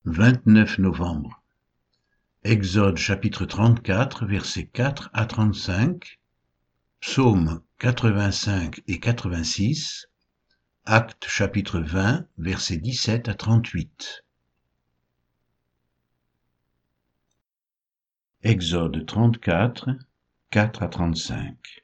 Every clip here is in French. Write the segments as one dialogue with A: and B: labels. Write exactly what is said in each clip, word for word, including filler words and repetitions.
A: vingt-neuf novembre. Exode chapitre trente-quatre, versets quatre à trente-cinq, Psaume quatre-vingt-cinq et quatre-vingt-six, Actes chapitre vingt, versets dix-sept à trente-huit. Exode trente-quatre, quatre à trente-cinq.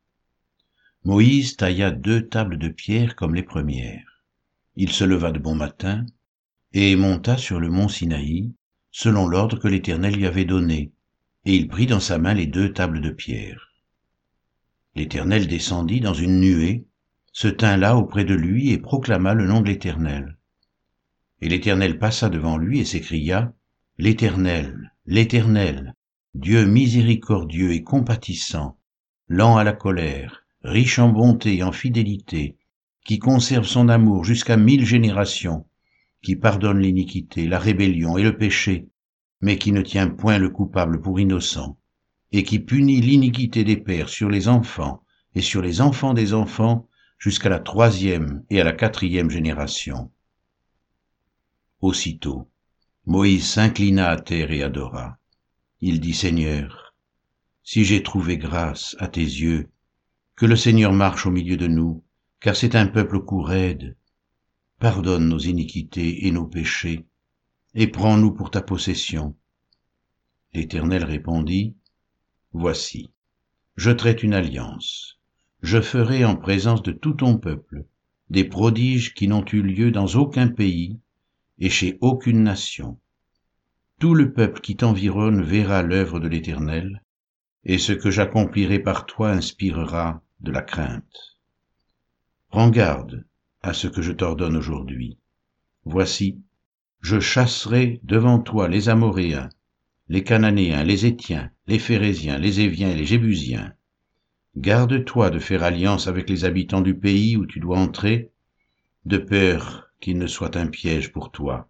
A: Moïse tailla deux tables de pierre comme les premières. Il se leva de bon matin et monta sur le mont Sinaï, selon l'ordre que l'Éternel lui avait donné, et il prit dans sa main les deux tables de pierre. L'Éternel descendit dans une nuée, se tint là auprès de lui et proclama le nom de l'Éternel. Et l'Éternel passa devant lui et s'écria, « L'Éternel, l'Éternel, Dieu miséricordieux et compatissant, lent à la colère, riche en bonté et en fidélité, qui conserve son amour jusqu'à mille générations, qui pardonne l'iniquité, la rébellion et le péché, mais qui ne tient point le coupable pour innocent, et qui punit l'iniquité des pères sur les enfants et sur les enfants des enfants jusqu'à la troisième et à la quatrième génération. » Aussitôt, Moïse s'inclina à terre et adora. Il dit, « Seigneur, si j'ai trouvé grâce à tes yeux, que le Seigneur marche au milieu de nous, car c'est un peuple cou raide. Pardonne nos iniquités et nos péchés, et prends-nous pour ta possession. » L'Éternel répondit, « Voici, je traite une alliance. Je ferai en présence de tout ton peuple des prodiges qui n'ont eu lieu dans aucun pays et chez aucune nation. Tout le peuple qui t'environne verra l'œuvre de l'Éternel, et ce que j'accomplirai par toi inspirera de la crainte. Prends garde à ce que je t'ordonne aujourd'hui. Voici, je chasserai devant toi les Amoréens, les Cananéens, les Hétiens, les Phéréziens, les Éviens et les Jébusiens. Garde-toi de faire alliance avec les habitants du pays où tu dois entrer, de peur qu'il ne soit un piège pour toi.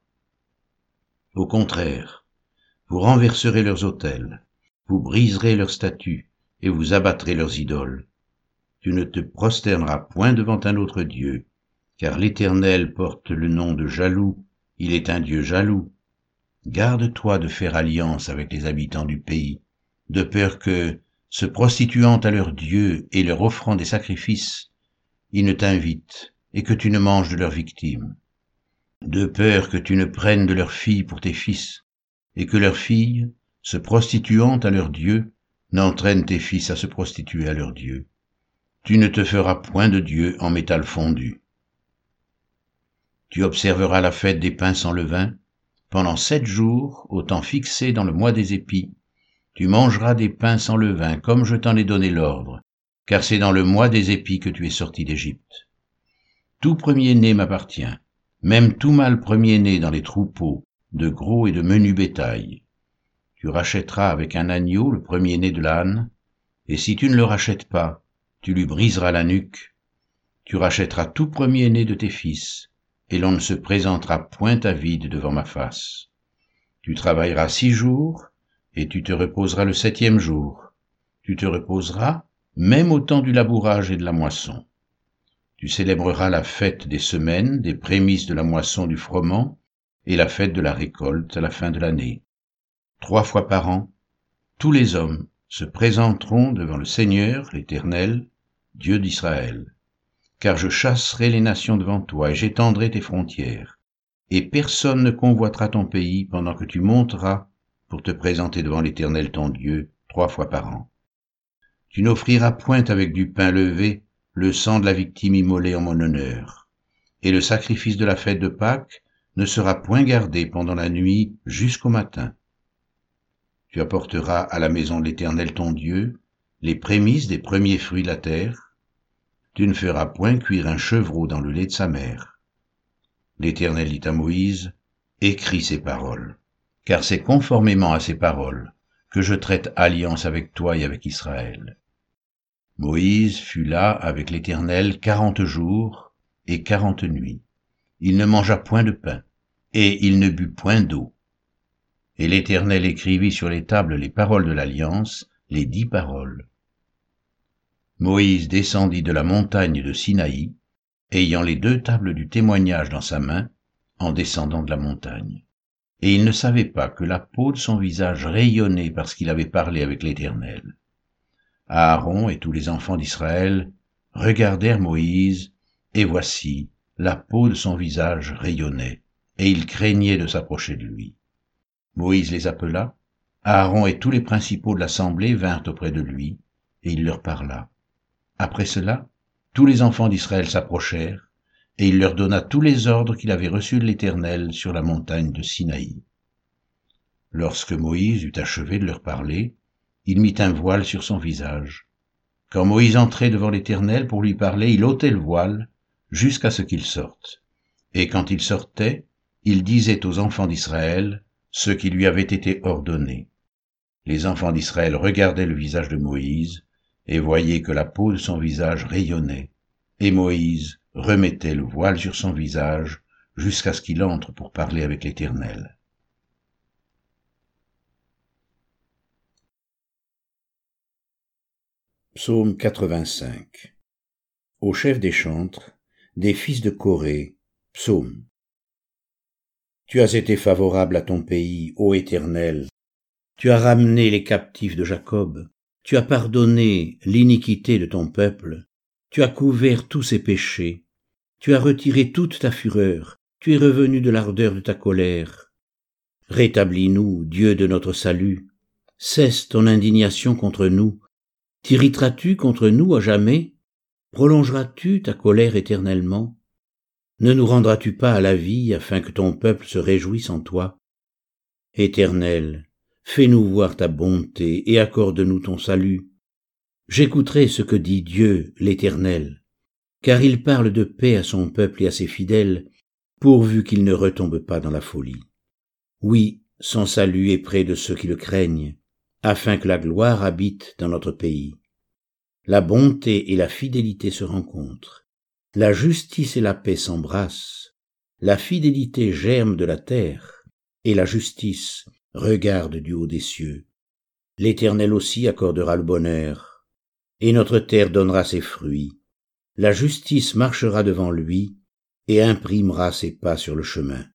A: Au contraire, vous renverserez leurs autels, vous briserez leurs statues et vous abattrez leurs idoles. Tu ne te prosterneras point devant un autre Dieu, car l'Éternel porte le nom de jaloux, il est un Dieu jaloux. Garde-toi de faire alliance avec les habitants du pays, de peur que, se prostituant à leurs dieux et leur offrant des sacrifices, ils ne t'invitent et que tu ne manges de leurs victimes. De peur que tu ne prennes de leurs filles pour tes fils, et que leurs filles, se prostituant à leurs dieux, n'entraînent tes fils à se prostituer à leurs dieux. Tu ne te feras point de Dieu en métal fondu. Tu observeras la fête des pains sans levain. Pendant sept jours, au temps fixé dans le mois des épis, tu mangeras des pains sans levain, comme je t'en ai donné l'ordre, car c'est dans le mois des épis que tu es sorti d'Égypte. Tout premier-né m'appartient, même tout mâle premier-né dans les troupeaux, de gros et de menu bétail. Tu rachèteras avec un agneau le premier-né de l'âne, et si tu ne le rachètes pas, tu lui briseras la nuque. Tu rachèteras tout premier-né de tes fils, et l'on ne se présentera point à vide devant ma face. Tu travailleras six jours, et tu te reposeras le septième jour. Tu te reposeras, même au temps du labourage et de la moisson. Tu célébreras la fête des semaines, des prémices de la moisson du froment, et la fête de la récolte à la fin de l'année. Trois fois par an, tous les hommes se présenteront devant le Seigneur, l'Éternel, Dieu d'Israël. Car je chasserai les nations devant toi et j'étendrai tes frontières, et personne ne convoitera ton pays pendant que tu monteras pour te présenter devant l'Éternel ton Dieu trois fois par an. Tu n'offriras point avec du pain levé le sang de la victime immolée en mon honneur, et le sacrifice de la fête de Pâques ne sera point gardé pendant la nuit jusqu'au matin. Tu apporteras à la maison de l'Éternel ton Dieu les prémices des premiers fruits de la terre. Tu ne feras point cuire un chevreau dans le lait de sa mère. L'Éternel dit à Moïse, « Écris ces paroles, car c'est conformément à ces paroles que je traite alliance avec toi et avec Israël. » Moïse fut là avec l'Éternel quarante jours et quarante nuits. Il ne mangea point de pain, et il ne but point d'eau. Et l'Éternel écrivit sur les tables les paroles de l'alliance, les dix paroles. Moïse descendit de la montagne de Sinaï, ayant les deux tables du témoignage dans sa main, en descendant de la montagne. et il ne savait pas que la peau de son visage rayonnait parce qu'il avait parlé avec l'Éternel. Aaron et tous les enfants d'Israël regardèrent Moïse, et voici, la peau de son visage rayonnait, et ils craignaient de s'approcher de lui. Moïse les appela, Aaron et tous les principaux de l'assemblée vinrent auprès de lui, et il leur parla. Après cela, tous les enfants d'Israël s'approchèrent, et il leur donna tous les ordres qu'il avait reçus de l'Éternel sur la montagne de Sinaï. Lorsque Moïse eut achevé de leur parler, il mit un voile sur son visage. Quand Moïse entrait devant l'Éternel pour lui parler, il ôtait le voile jusqu'à ce qu'il sorte. Et quand il sortait, il disait aux enfants d'Israël ce qui lui avait été ordonné. Les enfants d'Israël regardaient le visage de Moïse et voyaient que la peau de son visage rayonnait. Et Moïse remettait le voile sur son visage jusqu'à ce qu'il entre pour parler avec l'Éternel.
B: Psaume quatre-vingt-cinq. Au chef des chantres, des fils de Corée, psaume. Tu as été favorable à ton pays, ô Éternel. Tu as ramené les captifs de Jacob. Tu as pardonné l'iniquité de ton peuple. Tu as couvert tous ses péchés. Tu as retiré toute ta fureur. Tu es revenu de l'ardeur de ta colère. Rétablis-nous, Dieu de notre salut. Cesse ton indignation contre nous. T'irriteras-tu contre nous à jamais? Prolongeras-tu ta colère éternellement? Ne nous rendras-tu pas à la vie afin que ton peuple se réjouisse en toi? Éternel, fais-nous voir ta bonté et accorde-nous ton salut. J'écouterai ce que dit Dieu, l'Éternel, car il parle de paix à son peuple et à ses fidèles, pourvu qu'il ne retombe pas dans la folie. Oui, son salut est près de ceux qui le craignent, afin que la gloire habite dans notre pays. La bonté et la fidélité se rencontrent, la justice et la paix s'embrassent, la fidélité germe de la terre, et la justice regarde du haut des cieux. L'Éternel aussi accordera le bonheur, et notre terre donnera ses fruits. La justice marchera devant lui, et imprimera ses pas sur le chemin.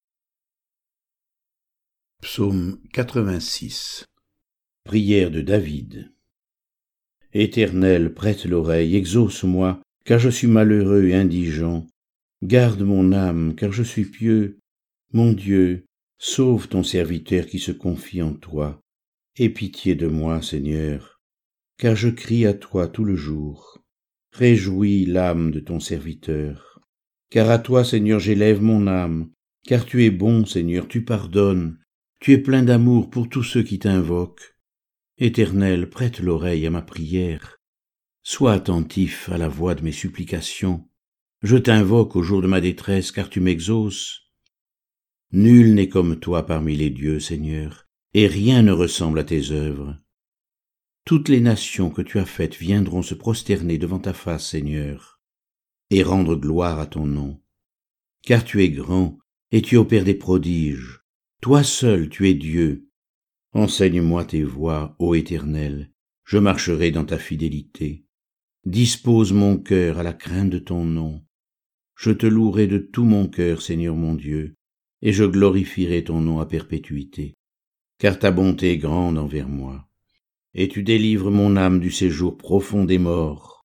A: Psaume quatre-vingt-six.
B: Prière de David. Éternel, prête l'oreille, exauce-moi, car je suis malheureux et indigent. Garde mon âme, car je suis pieux. Mon Dieu, sauve ton serviteur qui se confie en toi. Aie pitié de moi, Seigneur, car je crie à toi tout le jour. Réjouis l'âme de ton serviteur. Car à toi, Seigneur, j'élève mon âme, car tu es bon, Seigneur, tu pardonnes. Tu es plein d'amour pour tous ceux qui t'invoquent. Éternel, prête l'oreille à ma prière. Sois attentif à la voix de mes supplications. Je t'invoque au jour de ma détresse, car tu m'exauces. Nul n'est comme toi parmi les dieux, Seigneur, et rien ne ressemble à tes œuvres. Toutes les nations que tu as faites viendront se prosterner devant ta face, Seigneur, et rendre gloire à ton nom. Car tu es grand, et tu opères des prodiges. Toi seul, tu es Dieu. Enseigne-moi tes voies, ô Éternel, je marcherai dans ta fidélité. Dispose mon cœur à la crainte de ton nom. Je te louerai de tout mon cœur, Seigneur mon Dieu, et je glorifierai ton nom à perpétuité. Car ta bonté est grande envers moi, et tu délivres mon âme du séjour profond des morts.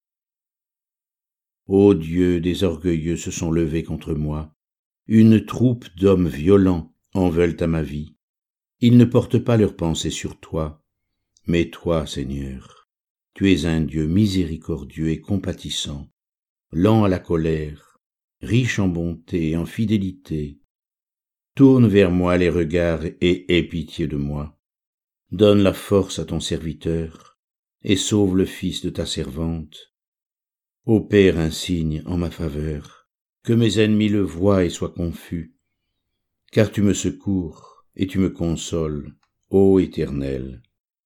B: Ô Dieu, des orgueilleux se sont levés contre moi. Une troupe d'hommes violents en veulent à ma vie. Ils ne portent pas leurs pensées sur toi, mais toi, Seigneur, tu es un Dieu miséricordieux et compatissant, lent à la colère, riche en bonté et en fidélité. Tourne vers moi les regards et aie pitié de moi. Donne la force à ton serviteur et sauve le fils de ta servante. Opère un signe en ma faveur, que mes ennemis le voient et soient confus, car tu me secours et tu me consoles, ô Éternel.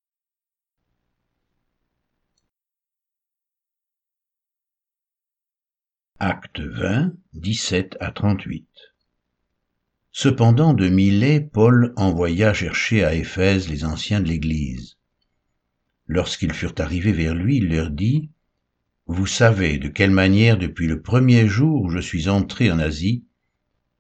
A: Acte vingt, dix-sept à trente-huit. Cependant, de Milet, Paul envoya chercher à Éphèse les anciens de l'Église. Lorsqu'ils furent arrivés vers lui, il leur dit, « Vous savez de quelle manière, depuis le premier jour où je suis entré en Asie,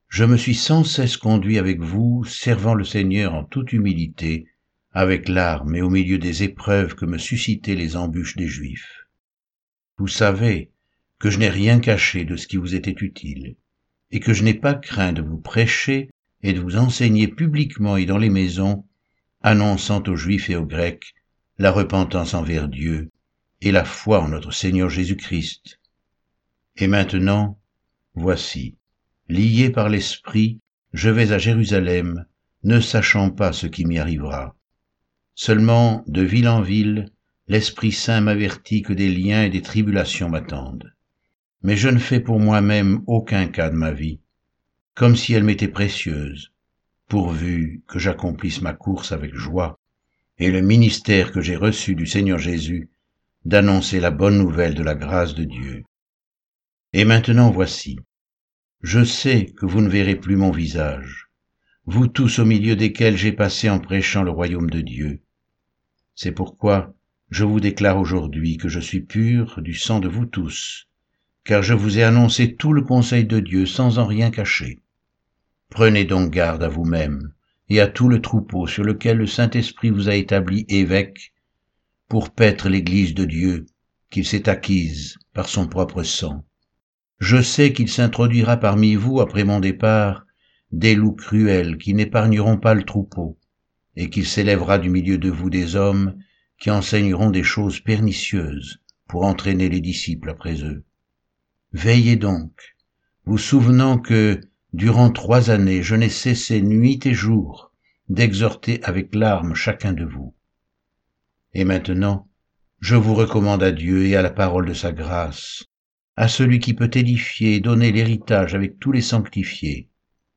A: je me suis sans cesse conduit avec vous, servant le Seigneur en toute humilité, avec larmes et au milieu des épreuves que me suscitaient les embûches des Juifs. Vous savez que je n'ai rien caché de ce qui vous était utile, et que je n'ai pas craint de vous prêcher et de vous enseigner publiquement et dans les maisons, annonçant aux Juifs et aux Grecs la repentance envers Dieu et la foi en notre Seigneur Jésus-Christ. Et maintenant, voici, lié par l'Esprit, je vais à Jérusalem, ne sachant pas ce qui m'y arrivera. Seulement, de ville en ville, l'Esprit Saint m'avertit que des liens et des tribulations m'attendent. Mais je ne fais pour moi-même aucun cas de ma vie, comme si elle m'était précieuse, pourvu que j'accomplisse ma course avec joie, et le ministère que j'ai reçu du Seigneur Jésus, d'annoncer la bonne nouvelle de la grâce de Dieu. Et maintenant voici, je sais que vous ne verrez plus mon visage, vous tous au milieu desquels j'ai passé en prêchant le royaume de Dieu. C'est pourquoi je vous déclare aujourd'hui que je suis pur du sang de vous tous, car je vous ai annoncé tout le conseil de Dieu sans en rien cacher. Prenez donc garde à vous-même et à tout le troupeau sur lequel le Saint-Esprit vous a établi évêque, pour paître l'Église de Dieu qu'il s'est acquise par son propre sang. Je sais qu'il s'introduira parmi vous, après mon départ, des loups cruels qui n'épargneront pas le troupeau, et qu'il s'élèvera du milieu de vous des hommes qui enseigneront des choses pernicieuses pour entraîner les disciples après eux. Veillez donc, vous souvenant que, durant trois années, je n'ai cessé nuit et jour d'exhorter avec larmes chacun de vous. Et maintenant, je vous recommande à Dieu et à la parole de sa grâce, à celui qui peut édifier et donner l'héritage avec tous les sanctifiés.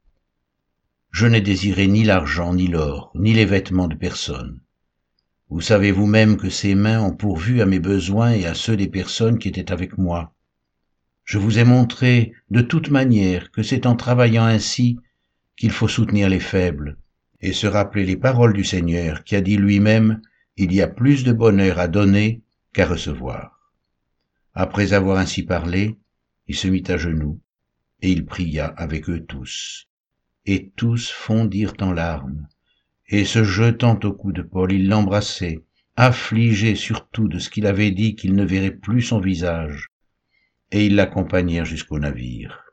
A: Je n'ai désiré ni l'argent, ni l'or, ni les vêtements de personne. Vous savez vous-même que ces mains ont pourvu à mes besoins et à ceux des personnes qui étaient avec moi. Je vous ai montré de toute manière que c'est en travaillant ainsi qu'il faut soutenir les faibles et se rappeler les paroles du Seigneur qui a dit lui-même « Il y a plus de bonheur à donner qu'à recevoir ». Après avoir ainsi parlé, il se mit à genoux et il pria avec eux tous. Et tous fondirent en larmes, et se jetant au cou de Paul, ils l'embrassaient, affligés surtout de ce qu'il avait dit qu'il ne verrait plus son visage, et ils l'accompagnèrent jusqu'au navire.